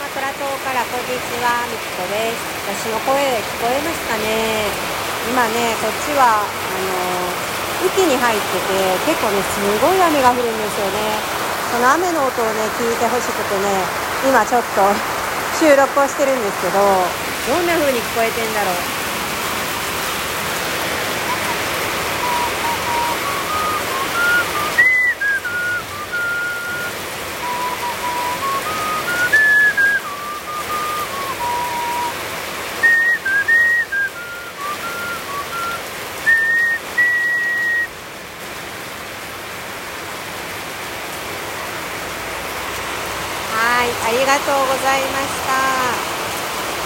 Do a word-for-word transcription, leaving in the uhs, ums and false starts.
倉島からこんにちは、みきこです。私の声聞こえますかね。今ね、こっちはあの雨季に入ってて、結構ねすごい雨が降るんですよね。その雨の音をね聞いてほしくてね、今ちょっと収録をしてるんですけど、どんな風に聞こえてんだろう。はい、ありがとうございました。